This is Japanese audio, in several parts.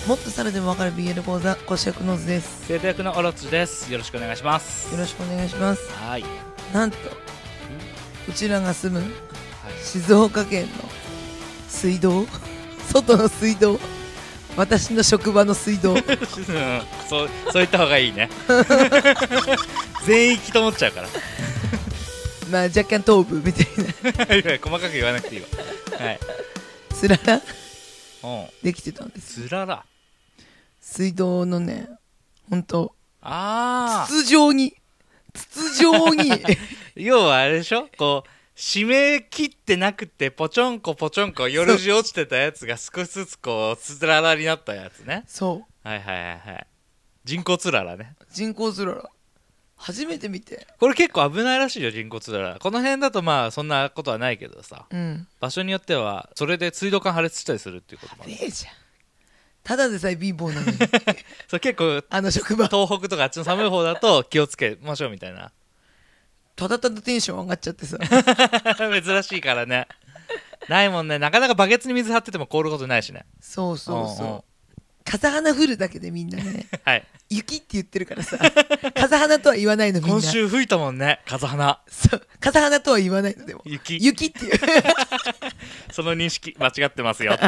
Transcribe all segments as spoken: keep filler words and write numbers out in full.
もっとさらでもわかる ビーエル 講座講師役の図です。 生徒役のオロチです。よろしくお願いします。 よろしくお願いします。 はい。 なんとうちらが住むはい、 静岡県の水道外の水道、私の職場の水道うん、そうそう言った方がいいね全域と思っちゃうからまあ若干東部みたいないや細かく言わなくていいわ。はいつららうんできてたんです。 つらら水道のね、ほんとあ筒状に筒状に要はあれでしょ、こう締め切ってなくてポチョンコポチョンコ夜路落ちてたやつが少しずつこうつららになったやつね。 そうはいはいはいはい。人工つららね。 人工つらら初めて見て。 これ結構危ないらしいよ、人工つらら。この辺だとまあそんなことはないけどさ、 うん、 場所によってはそれで水道管破裂したりするっていうこともある。 ねえじゃん、ただでさえ貧乏なのにそれ結構あの職場東北とかあっちの寒い方だと気をつけましょうみたいなただただテンション上がっちゃってさ珍しいからね。ないもんね、なかなかバケツに水張ってても凍ることないしね。 そうそうそう、 うんうん、 風花降るだけでみんなねはい雪って言ってるからさ風花とは言わないのみんな。 今週吹いたもんね、風花。 そう風花とは言わないの。でも雪雪っていうその認識間違ってますよって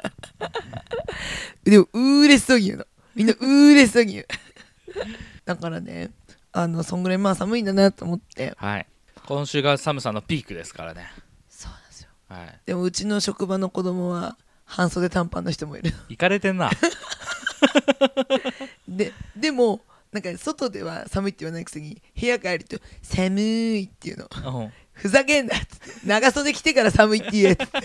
いうでもうーれしそうに言うの、みんなうーれしそうに言うだからね、あのそんぐらいまあ寒いんだなと思って。 はい、今週が寒さのピークですからね。 そうなんですよ、 はい、 でもうちの職場の子供は半袖短パンの人もいる行かれてんなででもなんか外では寒いって言わないくせに部屋帰ると寒いっていうのうん、 ふざけんなっつって、長袖着てから寒いって言えっつって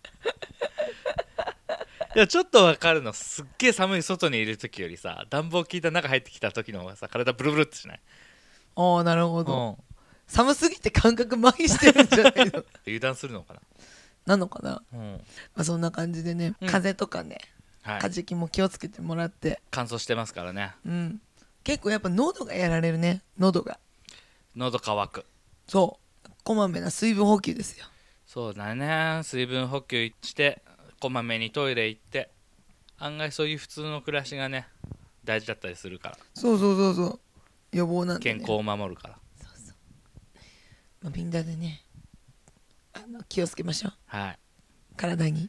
いやちょっとわかるの。すっげえ寒い外にいる時よりさ、暖房効いた中入ってきた時の方がさ、体ブルブルってしない？ ああなるほど、 うん、 寒すぎて感覚麻痺してるんじゃないの油断するのかな。 なのかな、 うん、 まあ、そんな感じでね、 うん、 風邪とかね、 はい、 風邪気も気をつけてもらって。 乾燥してますからね。 うん、結構やっぱ喉がやられるね。喉が喉乾く。 そうこまめな水分補給ですよ。 そうだね、水分補給してこまめにトイレ行って、案外そういう普通の暮らしがね大事だったりするから。 そうそうそうそう、予防なんで、ね、 健康を守るから。 そうそう、まあ、みんなでねあの気をつけましょう、 はい、 体に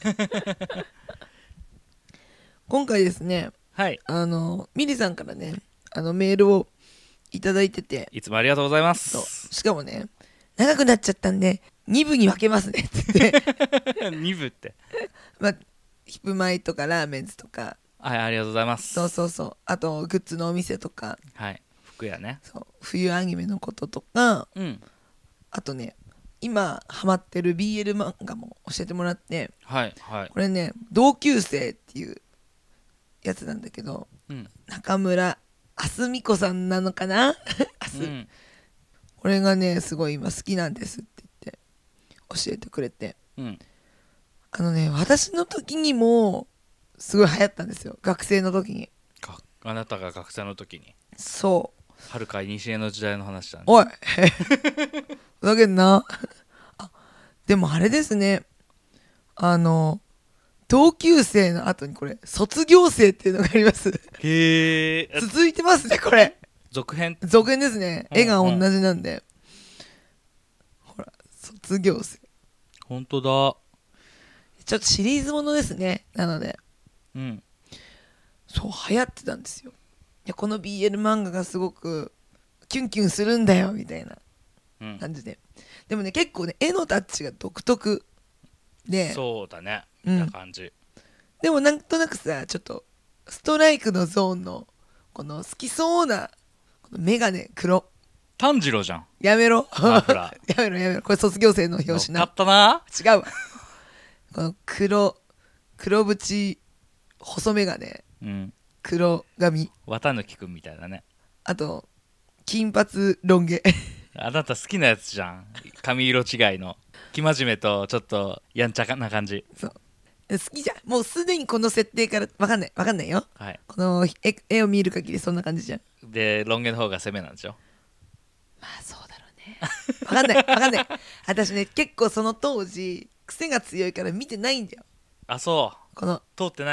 今回ですね、 はい、 あのミリさんからねあのメールをいただいてて、 いつもありがとうございます。 そうしかもね、長くなっちゃったんでに部に分けますねって言ってに部ってまあヒップマイとかラーメンズとか、 はい、ありがとうございます。 そうそうそう、あとグッズのお店とか、 はい、服屋ね、 そう冬アニメのこととか、 うん、 あとね今ハマってる ビーエル 漫画も教えてもらって、 はいはい、 これね同級生っていうやつなんだけど、 うん、 中村あすみこさんなのかなあす、 うん、 これがねすごい今好きなんですって言って教えてくれて、 うん、 あのね私の時にもすごい流行ったんですよ、学生の時に。 あなたが学生の時に。 そうはるか西の時代の話だね。 おいふざけんなあ、でもあれですね、あの同級生の後にこれ卒業生っていうのがありますへえ、 続いてますねこれ。 続編。 続編ですね、絵が同じなんで、うんうん、ほら卒業生、 ほんとだ、 ちょっとシリーズものですね。なので、 うん、 そう流行ってたんですよ。いやこの ビーエル 漫画がすごくキュンキュンするんだよみたいな感じで、うん、でもね結構ね絵のタッチが独特で、 そうだね、見た感じ、うん、 でもなんとなくさちょっとストライクのゾーンのこの好きそうなこのメガネ黒、 炭治郎じゃん。 やめろマフラーやめろやめろ、これ卒業生の表紙な。 乗っかったな。 違うわこの黒黒縁細メガネ、うん、黒髪、 綿貫くんみたいだね。 あと金髪ロン毛あなた好きなやつじゃん、髪色違いの生真面目とちょっとやんちゃな感じ。 そう好きじゃん、もうすでにこの設定から分かんない分かんないよ、はい、この 絵, 絵を見る限りそんな感じじゃん。 でロン毛の方が攻めなんでしょ。 まあそうだろうね分かんない分かんない私ね結構その当時癖が強いから見てないんだよ。 あ、そう、 この通ってないんだ。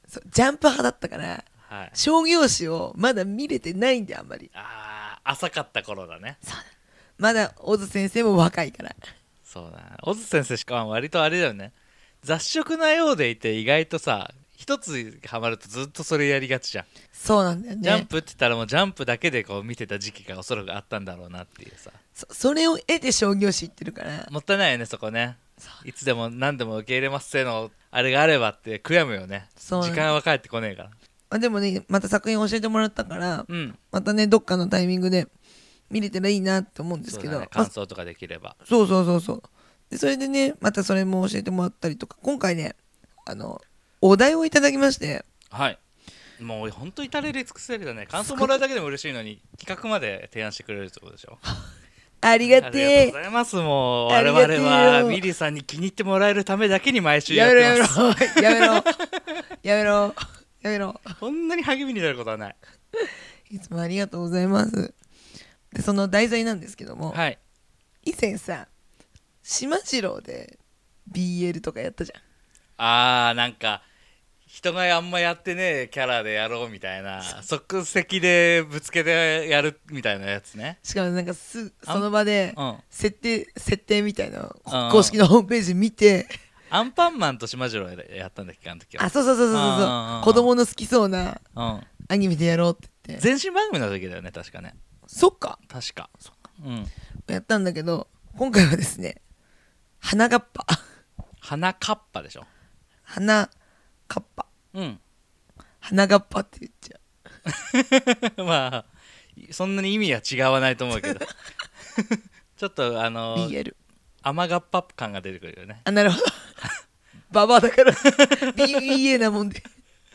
そうジャンプ派だったから、 はい、 商業誌をまだ見れてないんであんまり。 ああ浅かった頃だね。 そうだ、まだ小津先生も若いから。 そうだ、小津先生しかも割とあれだよね、雑食なようでいて意外とさ一つハマるとずっとそれやりがちじゃん。 そうなんだよね。 ジャンプって言ったらもうジャンプだけでこう見てた時期がおそらくあったんだろうなっていうさ。 そ, それを得て商業誌行ってるからもったいないよねそこね。いつでも何でも受け入れますせのあれがあればって悔やむよね。時間は返ってこねえから。 あでもねまた作品教えてもらったから、 うん、 またねどっかのタイミングで見れたらいいなって思うんですけど、 ね、感想とかできれば、 そうそうそうそうでそれでねまたそれも教えてもらったりとか、今回ねあのお題をいただきまして。 はい、もう本当至れり尽くせりだね。感想もらうだけでも嬉しいのに企画まで提案してくれるってことでしょ。 ありがてえ。 ありがとうございます。もう我々はミリーさんに気に入ってもらえるためだけに毎週やってます。 やめろやめろやめろやめろこんなに励みになることはない。 いつもありがとうございます。でその題材なんですけども、 はい、 以前さ島次郎で ビーエル とかやったじゃん。 あーなんか人があんまやってねえキャラでやろうみたいな、即席でぶつけてやるみたいなやつね。 しかもなんかすその場で設定、うん、設定みたいな公式のホームページ見て、 アンパンマンと島次郎やったんだっけあの時は。 あそうそうそうそうそう、子供の好きそうなアニメでやろうって言って、 前身番組の時だよね確かね。 そっか確かそっか、うん、やったんだけど今回はですね花がっぱ花かっぱでしょ。 花かっぱ、 うん、 花がっぱって言っちゃうまあそんなに意味は違わないと思うけどちょっとあのビーエル甘がっぱ感が出てくるよね。 あなるほどババアだから ビーエー なもんで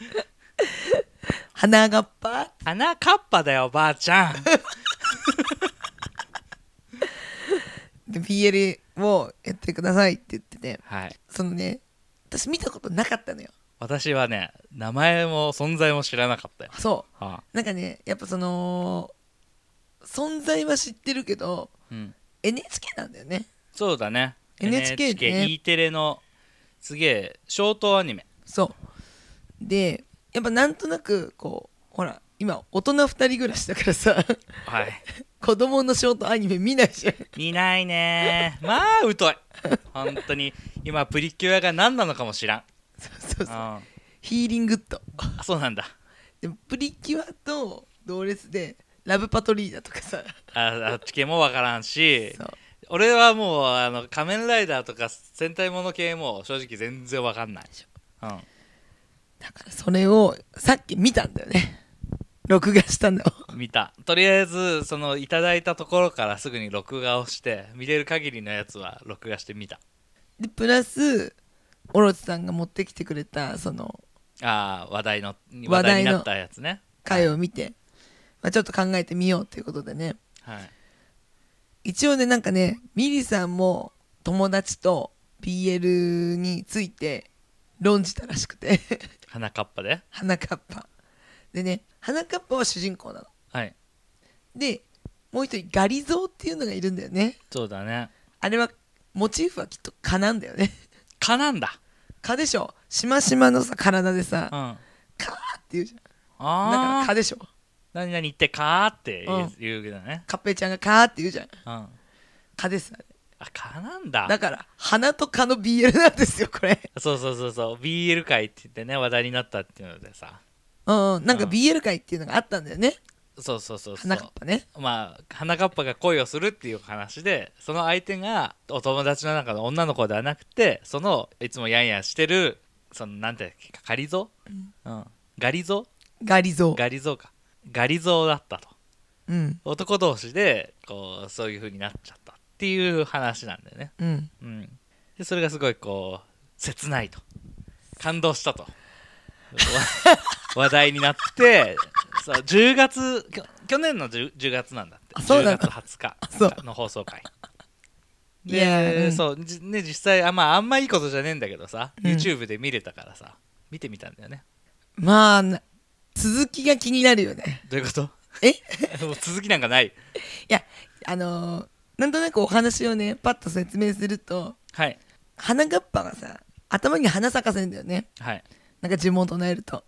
花がっぱ花かっぱだよばあちゃんで ビーエル をやってくださいって言ってて、 はい、 そのね私見たことなかったのよ。 私はね名前も存在も知らなかったよ。 そう、はあ、なんかねやっぱその存在は知ってるけど、うん、エヌエイチケー なんだよね。 そうだねエヌエイチケー ね E テレのすげえショートアニメ。 そうでやっぱなんとなくこうほら今大人ふたり暮らしだからさ、 はい、子供のショートアニメ見ないじゃん。 見ないねまあ疎い本当に今プリキュアが何なのかも知らん。 そうそうそう、うん、ヒーリングッド。 あそうなんだ。 でもプリキュアと同列でラブパトリーダとかさああっち系も分からんし、俺はもうあの仮面ライダーとか戦隊もの系も正直全然分かんないでしょ、うん、 だからそれをさっき見たんだよね。録画したんだよ見た。とりあえずそのいただいたところからすぐに録画をして見れる限りのやつは録画してみた。 でプラスオロチさんが持ってきてくれたそのあ話題の話題になったやつね回を見て、はい、まあ、ちょっと考えてみようということでね、はい、一応ねなんかねミリさんも友達と ビーエル について論じたらしくて花かっぱで花かっぱでね、花かっぱは主人公なの。はい。で、もう一人ガリゾウっていうのがいるんだよね。 そうだね。 あれはモチーフはきっと蚊なんだよね。 蚊なんだ。 蚊でしょ。しましまのさ体でさ、うん、蚊って言うじゃん。ああ。だから蚊でしょ。 何々言って蚊って言うけどね、うん。 カッペイちゃんが蚊って言うじゃん。うん。蚊ですあれ。 あ、蚊なんだ。 だから花と蚊の ビーエル なんですよこれ。 そうそうそうそう ビーエル 界って言ってね話題になったっていうのでさ。 うん、なんか ビーエル 界っていうのがあったんだよね。 そうそうそうそう。 花かっぱね。 まあ花かっぱが恋をするっていう話で、その相手がお友達の中の女の子ではなくて、そのいつもやんやしてるそのなんてガリゾウ、うんうん、ガリゾウガリゾウガリゾウかガリゾウだったと、 うん、 男同士でこうそういう風になっちゃったっていう話なんだよね。うんうん、でそれがすごいこう切ないと感動したと話題になってそうじゅうがつ去年の 10, じゅうがつなんだって。 そうだじゅうがつはつかの放送回で、うん、そうね実際あ,、まあ、あんまいいことじゃねえんだけどさ、うん、YouTube で見れたからさ見てみたんだよね。 まあ続きが気になるよね。 どういうこと？ えもう続きなんかない。いやあのー、なんとなくお話をねパッと説明すると、はい、花がっぱがさ頭に花咲かせんだよね。はい、なんか呪文唱えると、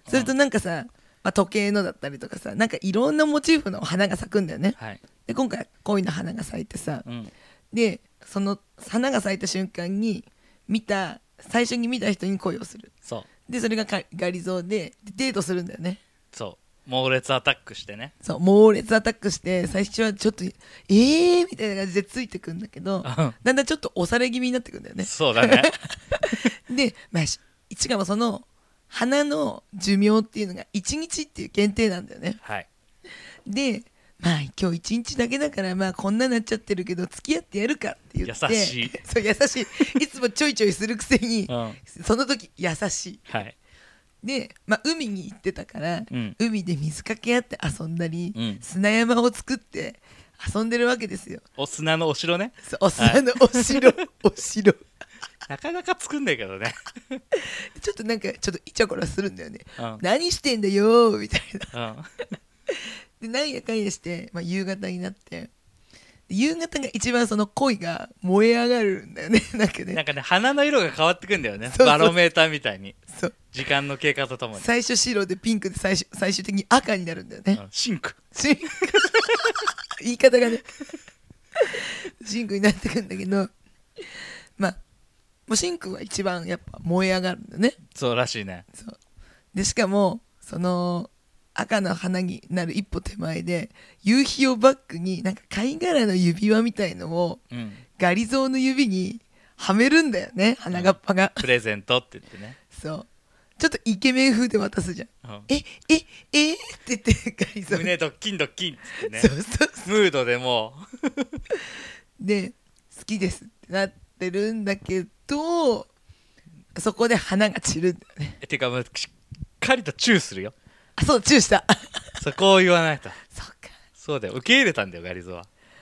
それとなんかさ、まあ、時計のだったりとかさ、なんかいろんなモチーフの花が咲くんだよね、 はい、 で今回恋の花が咲いてさ、 うん、 でその花が咲いた瞬間に見た最初に見た人に恋をする。 そうでそれがガリゾーでデートするんだよね。 そう猛烈アタックしてね。 そう猛烈アタックして最初はちょっとえーみたいな感じでついてくんだけどだんだんちょっと押され気味になってくんだよね。 そうだねで、まあ、しかもその花の寿命っていうのがいちにちっていう限定なんだよね。 はいでまあ今日いちにちだけだからまあこんなになっちゃってるけど付き合ってやるかって言って優しいそう優しいいつもちょいちょいするくせに、 うん、 その時優しい。 はいで、まあ、海に行ってたから、 うん、 海で水かけ合って遊んだり、 うん、 砂山を作って遊んでるわけですよ。 お砂のお城ね。 そうお砂のお城、はい、お城なかなか作んないけどねちょっとなんかちょっとイチャコラするんだよね、 うん、 何してんだよみたいな、 うん、 でなんやかんやして、まあ、夕方になって夕方が一番その恋が燃え上がるんだよねなんかねなんかね花の色が変わってくんだよね。 そうそうバロメーターみたいにそう時間の経過とともに最初白でピンクで最終最終的に赤になるんだよね、 うん、シンクシンク言い方がねシンクになってくんだけどまあもうシンクは一番やっぱ燃え上がるんだよね。 そうらしいね。 そうでしかもその赤の花になる一歩手前で夕日をバックになんか貝殻の指輪みたいのを、うん、ガリゾーの指にはめるんだよね花がっぱが、 うん、プレゼントって言ってね。 そうちょっとイケメン風で渡すじゃん、うん、えええって言ってガリゾー胸ドッキンドッキンってね。 そうそうそうムードでもうで好きですってなってるんだけどそこで花が散るんだよね。 えてかもうしっかりとチューするよ。 あそうチューしたそこを言わないと。 そうかそうだよ受け入れたんだよガリゾは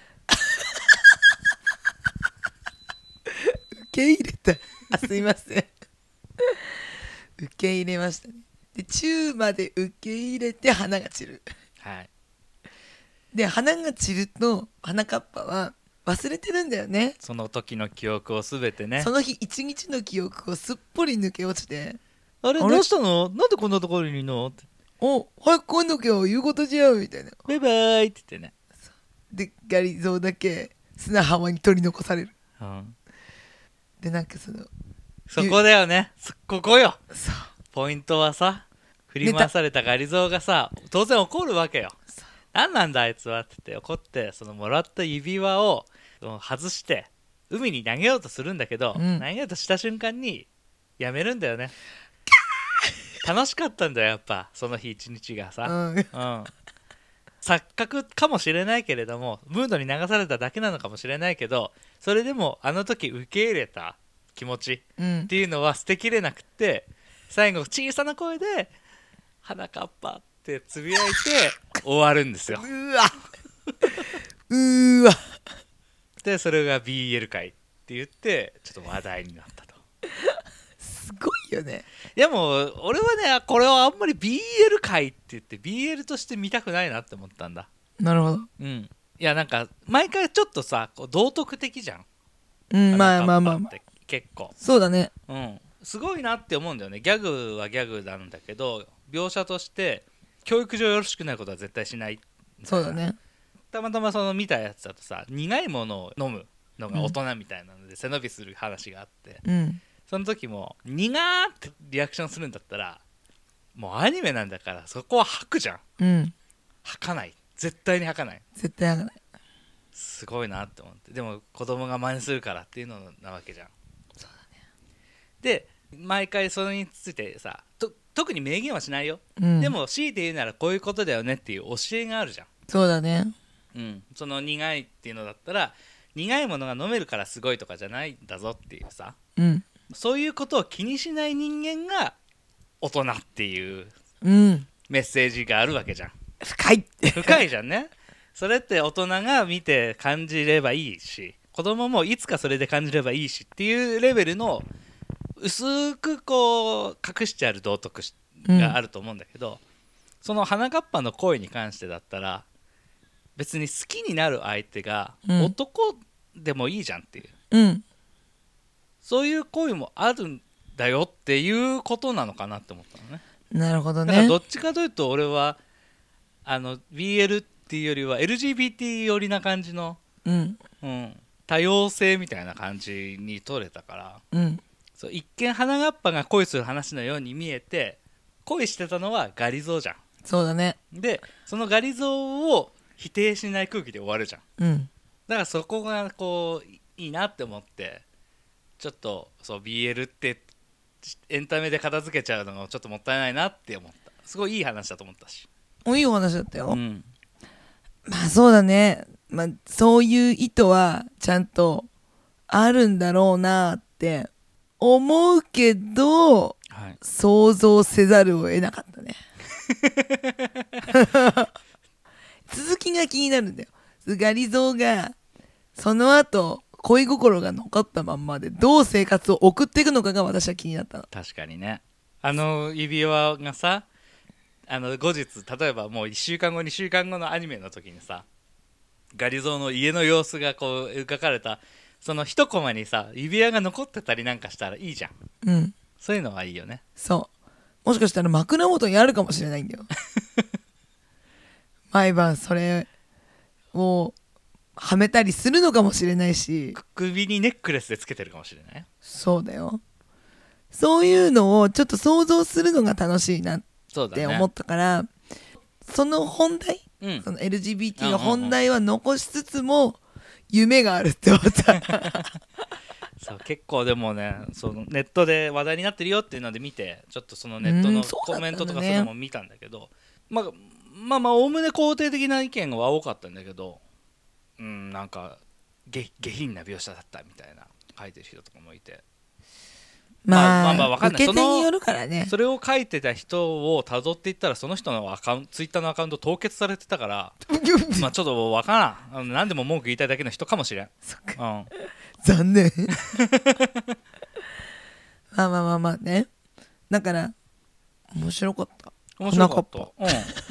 受け入れたあすいません受け入れましたね。でチューまで受け入れて花が散る。 はいで花が散ると花かっぱは忘れてるんだよね。 その時の記憶をすべてね。 その日一日の記憶をすっぽり抜け落ちてあれどうしたのなんでこんなところにいるのってお早く来んのきゃ言うことじゃんみたいなバイバイって言ってね。 でガリゾーだけ砂浜に取り残される、うん、でなんかそのそこだよねここよそうポイントはさ振り回されたガリゾーがさ当然怒るわけよ。何なんだあいつはって言って怒ってそのもらった指輪を外して海に投げようとするんだけど、うん、投げようとした瞬間にやめるんだよね楽しかったんだよやっぱその日一日がさ、うんうん、錯覚かもしれないけれどもムードに流されただけなのかもしれないけどそれでもあの時受け入れた気持ちっていうのは捨てきれなくって、うん、最後小さな声で花かっぱってつぶやいて終わるんですようわうーわでそれが ビーエル 界って言ってちょっと話題になったとすごいよね。 いやもう俺はねこれはあんまり ビーエル 界って言って ビーエル として見たくないなって思ったんだ。 なるほど。 うんいやなんか毎回ちょっとさこう道徳的じゃん。 うんまあまあまあまあ結構そうだね。 うんすごいなって思うんだよね。ギャグはギャグなんだけど描写として教育上よろしくないことは絶対しない。 そうだね。たまたまその見たやつだとさ苦いものを飲むのが大人みたいなので背伸びする話があって、うん、その時も苦ーってリアクションするんだったらもうアニメなんだからそこは吐くじゃん、うん、吐かない絶対に吐かない絶対吐かないすごいなって思ってでも子供が真似するからっていうのなわけじゃん。 そうだね。 で毎回それについてさと特に明言はしないよ、うん、でも強いて言うならこういうことだよねっていう教えがあるじゃん。 そうだね。 うん、その苦いっていうのだったら苦いものが飲めるからすごいとかじゃないんだぞっていうさ、うん、そういうことを気にしない人間が大人っていうメッセージがあるわけじゃん。 深い深いじゃんねそれって大人が見て感じればいいし子供もいつかそれで感じればいいしっていうレベルの薄くこう隠してある道徳があると思うんだけど、うん、その花かっぱの恋に関してだったら別に好きになる相手が男でもいいじゃんっていう、うん、そういう恋もあるんだよっていうことなのかなって思ったのね。 なるほどね。 だからどっちかというと俺はあの ビーエル っていうよりは エルジービーティー 寄りな感じの、 うんうん、多様性みたいな感じに取れたから、 うん、 そう一見花がっぱが恋する話のように見えて恋してたのはガリゾウじゃん。 そうだね。 でそのガリゾウを否定しない空気で終わるじゃん。 うん、 だからそこがこういいなって思ってちょっとそう ビーエル ってエンタメで片付けちゃうのがちょっともったいないなって思った。すごいいい話だと思ったし。 いいお話だったよ、 うん、 まあそうだね、まあ、そういう意図はちゃんとあるんだろうなって思うけど、はい、想像せざるを得なかったね続きが気になるんだよ。ガリゾウがその後恋心が残ったまんまでどう生活を送っていくのかが私は気になったの。 確かにね。あの指輪がさあの後日例えばもういっしゅうかんごにしゅうかんごのアニメの時にさガリゾウの家の様子がこう描かれたその一コマにさ指輪が残ってたりなんかしたらいいじゃん。うん、そういうのはいいよね。 そうもしかしたら枕元にあるかもしれないんだよ毎晩それをはめたりするのかもしれないし首にネックレスでつけてるかもしれない。 そうだよ。そういうのをちょっと想像するのが楽しいなって思ったから そ,、ね、その本題、うん、その エルジービーティー の本題は残しつつも夢があるって思ったそう結構でもねそのネットで話題になってるよっていうので見てちょっとそのネットのコメントとかそういうのも見たんだけど、まあまあまあおおむね肯定的な意見は多かったんだけど、うんなんか 下, 下品な描写だったみたいな書いてる人とかもいて、 まあ、まあまあわかんない。受け手によるからね。 それを書いてた人をたどっていったらその人のアカウンツイッターのアカウント凍結されてたからまあちょっとわからん。あの何でも文句言いたいだけの人かもしれん。 そっか、うん、残念まあまあまあまあね。だから面白かった。 面白かった、うん、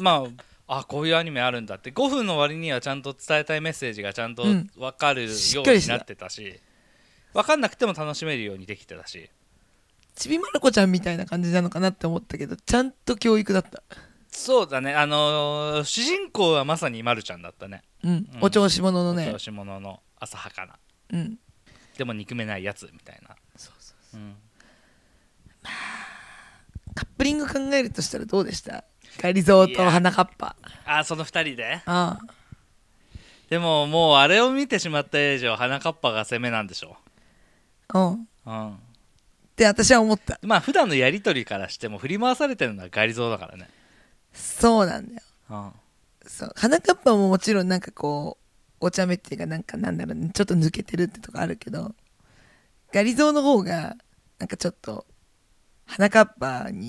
まああこういうアニメあるんだってごふんの割にはちゃんと伝えたいメッセージがちゃんと分かるようになってたし、うん、分かんなくても楽しめるようにできてたしちびまる子ちゃんみたいな感じなのかなって思ったけどちゃんと教育だった。 そうだね。あのー、主人公はまさにまるちゃんだったね、 うんうん、お調子者のねお調子者の浅はかな、うん、でも憎めないやつみたいな。そうそうそう、うん、 まあカップリング考えるとしたらどうでした？ガリゾウと花かっぱ。 あそのふたりでああでももうあれを見てしまった以上花かっぱが攻めなんでしょう。うんうんって私は思った。 まあ普段のやり取りからしても振り回されてるのはガリゾウだからね。 そうなんだよ、うん、そう花かっぱももちろんなんかこうお茶目っていうかなんかなんだろうねちょっと抜けてるってとこあるけどガリゾウの方がなんかちょっと花かっぱになんだろう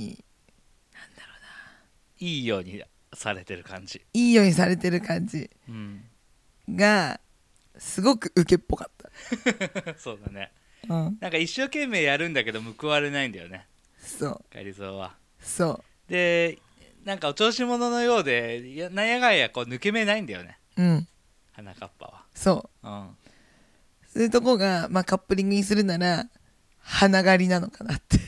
ないいようにされてる感じいいようにされてる感じがすごくウケっぽかったそうだね、うん、なんか一生懸命やるんだけど報われないんだよね。 そうガリゾウは。 そうでなんかお調子者のようでやなんやがんやこう抜け目ないんだよね、うん、花かっぱは。 そう、うん、そういうとこが、まあ、カップリングにするなら花狩りなのかなって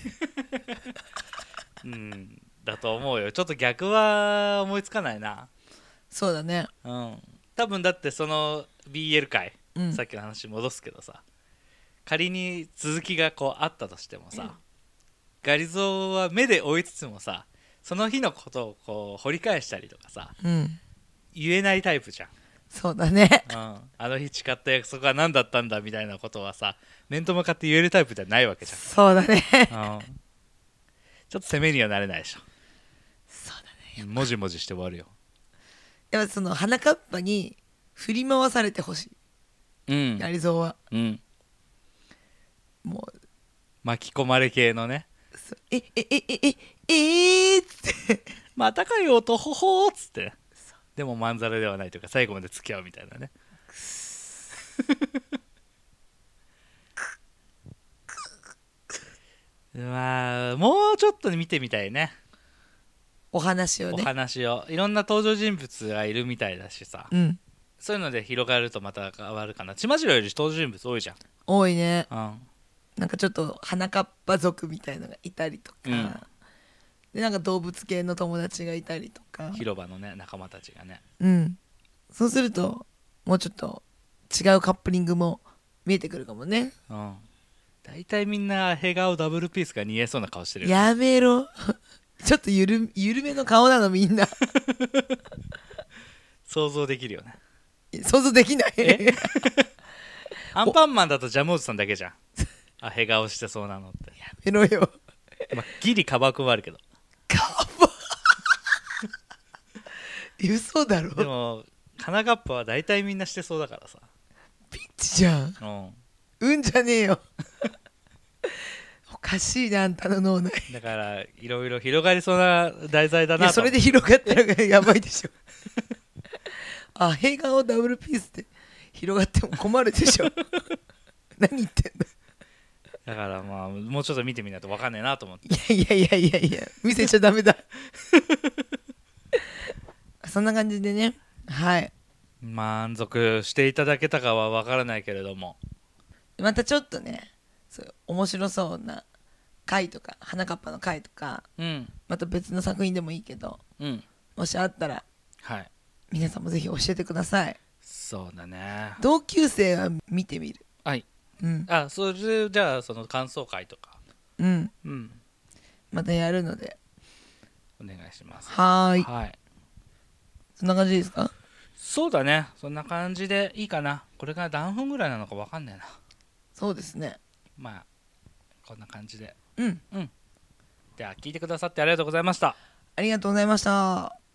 うんだと思うよ。ちょっと逆は思いつかないな。 そうだね、 うん、多分だってその ビーエル 回、うん、さっきの話戻すけどさ仮に続きがこうあったとしてもさ、うん、ガリゾウは目で追いつつもさその日のことをこう掘り返したりとかさ、うん、言えないタイプじゃん。 そうだね、 うん、あの日誓った約束は何だったんだみたいなことはさ面と向かって言えるタイプじゃないわけじゃん。 そうだね、うん、 ちょっと攻めにはなれないでしょ。 そうだね。 もじもじして終わるよ。 やっぱその花かっぱに振り回されてほしい、うん、ガリゾウは、うん、もう巻き込まれ系のねえええええええー、っつってまたかよとほほーっつってでもまんざらではないというか最後まで付き合うみたいなねまあもうちょっと見てみたいねお話をね。 お話をいろんな登場人物がいるみたいだしさ、うん、そういうので広がるとまた変わるかな。ちまじろより登場人物多いじゃん。 多いね、うん、なんかちょっと花かっぱ族みたいなのがいたりとか、うん、 でなんか動物系の友達がいたりとか、 広場のね仲間たちがね、 うんそうするともうちょっと違うカップリングも見えてくるかもね。 うん大体みんなヘガオダブルピースが似合いそうな顔してるよ、ね、 やめろちょっとゆる緩めの顔なのみんな想像できるよね。 想像できないアンパンマンだとジャムおじさんだけじゃんあヘガオしてそうなのって。 やめろよ、 まあ、ギリカバくんはあるけどカバ嘘だろ。 でもカナガッパは大体みんなしてそうだからさ。 ピッチじゃん。 うんうんじゃねえよおかしいなあんたの脳内。 だからいろいろ広がりそうな題材だなと。 いやそれで広がったらやばいでしょあヘガオダブルピースって広がっても困るでしょ何言ってんの。 だからまあもうちょっと見てみないと分かんねえなと思って。 いやいやいやいやいや見せちゃダメだそんな感じでね、はい満足していただけたかは分からないけれども、 またちょっとねそう面白そうな回とか花かっぱの回とか、 うん、 また別の作品でもいいけど、 うん、 もしあったら、 はい、 皆さんもぜひ教えてください。 そうだね。 同級生は見てみる。 はい、 うん、 あそれじゃあその感想会とか、 うん、 うん、 またやるのでお願いします。 はーい、 はい、 そんな感じですか。 そうだね、そんな感じでいいかな。これが何分ぐらいなのか分かんないな。 そうですね、 まあこんな感じで、 うん、 うん、では聞いてくださってありがとうございました。 ありがとうございました。